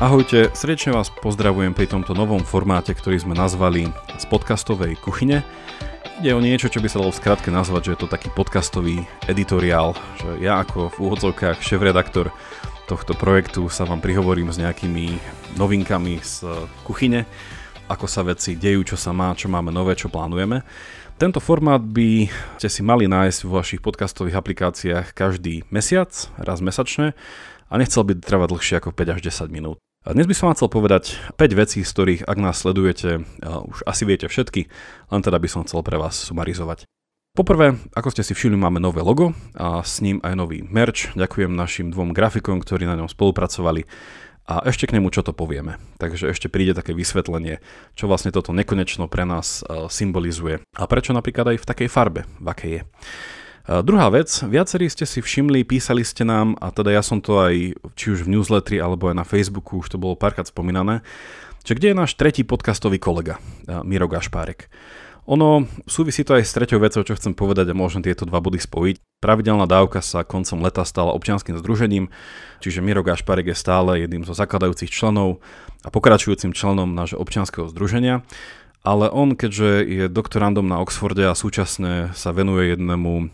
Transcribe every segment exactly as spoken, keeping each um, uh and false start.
Ahojte, srdečne vás pozdravujem pri tomto novom formáte, ktorý sme nazvali z podcastovej kuchyne. Ide o niečo, čo by sa dalo v skratke nazvať, že je to taký podcastový editoriál, že ja ako v úvodzovkách šéfredaktor tohto projektu sa vám prihovorím s nejakými novinkami z kuchyne, ako sa veci dejú, čo sa má, čo máme nové, čo plánujeme. Tento formát by ste si mali nájsť vo vašich podcastových aplikáciách každý mesiac, raz mesačne, a nechcel by trvať dlhšie ako päť až desať minút. A dnes by som vám chcel povedať päť vecí, z ktorých, ak nás sledujete, už asi viete všetky, len teda by som chcel pre vás sumarizovať. Poprvé, ako ste si všimli, máme nové logo a s ním aj nový merch. Ďakujem našim dvom grafikom, ktorí na ňom spolupracovali. A ešte k nemu čo to povieme. Takže ešte príde také vysvetlenie, čo vlastne toto nekonečno pre nás symbolizuje. A prečo napríklad aj v takej farbe, v akej je. Uh, druhá vec, viacerí ste si všimli, písali ste nám, a teda ja som to aj či už v newsletteri alebo aj na Facebooku, už to bolo párkrát spomínané, že kde je náš tretí podcastový kolega, uh, Miro Gašpárek. Ono súvisí to aj s treťou vecou, čo chcem povedať, a môžem tieto dva body spojiť. Pravidelná dávka sa koncom leta stala občianskym združením, čiže Miro Gašpárek je stále jedným zo zakladajúcich členov a pokračujúcim členom nášho občianskeho združenia. Ale on, keďže je doktorandom na Oxforde a súčasne sa venuje jednému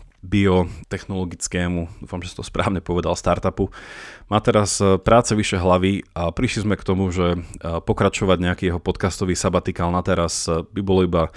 biotechnologickému, dúfam, že som to správne povedal, startupu, má teraz práce vyššie hlavy a prišli sme k tomu, že pokračovať nejaký jeho podcastový sabatikál na teraz by bolo iba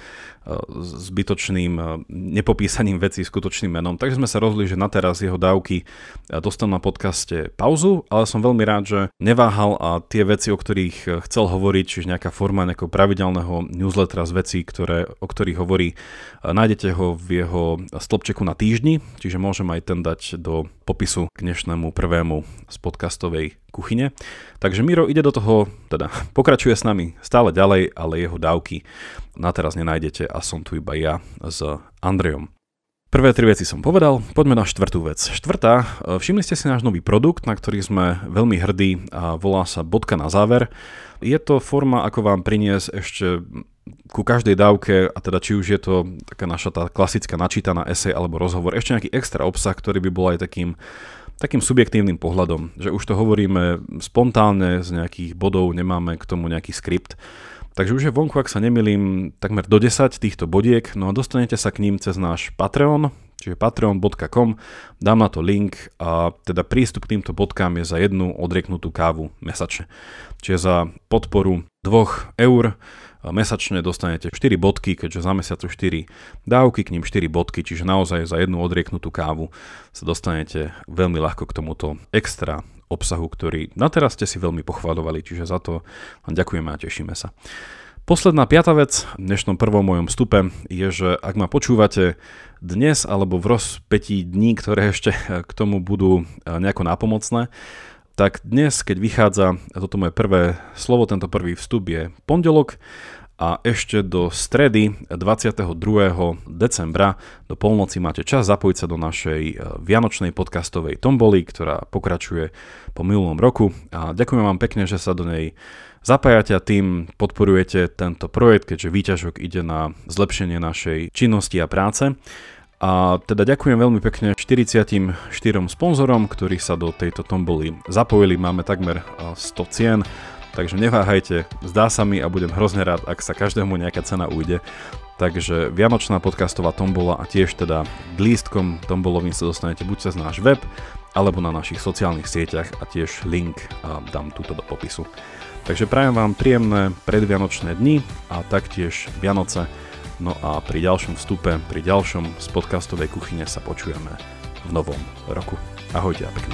zbytočným nepopísaním vecí skutočným menom. Takže sme sa rozhodli, že na teraz jeho dávky dostanú na podcaste pauzu, ale som veľmi rád, že neváhal a tie veci, o ktorých chcel hovoriť, čiže nejaká forma nejakého pravidelného newslettera z vecí, ktoré, o ktorých hovorí, nájdete ho v jeho stĺpčeku na týždni, čiže môžem aj ten dať do popisu k dnešnému prvému z podcastovej kuchyne. Takže Miro ide do toho, teda pokračuje s nami stále ďalej, ale jeho dávky na teraz nenájdete a som tu iba ja s Andrejom. Prvé tri veci som povedal, poďme na štvrtú vec. Štvrtá, všimli ste si náš nový produkt, na ktorý sme veľmi hrdí a volá sa Bodka na záver. Je to forma, ako vám priniesť ešte ku každej dávke, a teda či už je to taká naša tá klasická načítaná esej alebo rozhovor, ešte nejaký extra obsah, ktorý by bol aj takým takým subjektívnym pohľadom, že už to hovoríme spontánne z nejakých bodov, nemáme k tomu nejaký skript. Takže už je vonku, ak sa nemýlim, takmer do desať týchto bodiek, no a dostanete sa k ním cez náš Patreon, čiže patreon bodka com, dám na to link a teda prístup k týmto bodkám je za jednu odrieknutú kávu mesačne. Čiže za podporu dvoch eur mesačne dostanete štyri bodky, keďže za mesiac sú štyri dávky, k ním štyri bodky, čiže naozaj za jednu odrieknutú kávu sa dostanete veľmi ľahko k tomuto extra obsahu, ktorý na teraz ste si veľmi pochvaľovali, čiže za to vám ďakujeme a tešíme sa. Posledná piata vec v dnešnom prvom mojom vstupe je, že ak ma počúvate dnes alebo v rozpätí dní, ktoré ešte k tomu budú nejako nápomocné, tak dnes, keď vychádza toto moje prvé slovo, tento prvý vstup je pondelok a ešte do stredy dvadsiateho druhého decembra do polnoci máte čas zapojiť sa do našej vianočnej podcastovej tomboly, ktorá pokračuje po minulom roku. A ďakujem vám pekne, že sa do nej zapájate a tým podporujete tento projekt, keďže výťažok ide na zlepšenie našej činnosti a práce. A teda ďakujem veľmi pekne štyridsiatim sponzorom, ktorí sa do tejto tomboly zapojili. Máme takmer sto cien, takže neváhajte, zdá sa mi a budem hrozne rád, ak sa každému nejaká cena ujde. Takže Vianočná podcastová tombola a tiež teda k lístkom tombolovým sa dostanete buď cez náš web, alebo na našich sociálnych sieťach a tiež link a dám túto do popisu. Takže prajem vám príjemné predvianočné dni a taktiež Vianoce. No a pri ďalšom vstupe, pri ďalšom z podcastovej kuchyne sa počujeme v novom roku. Ahojte a pekný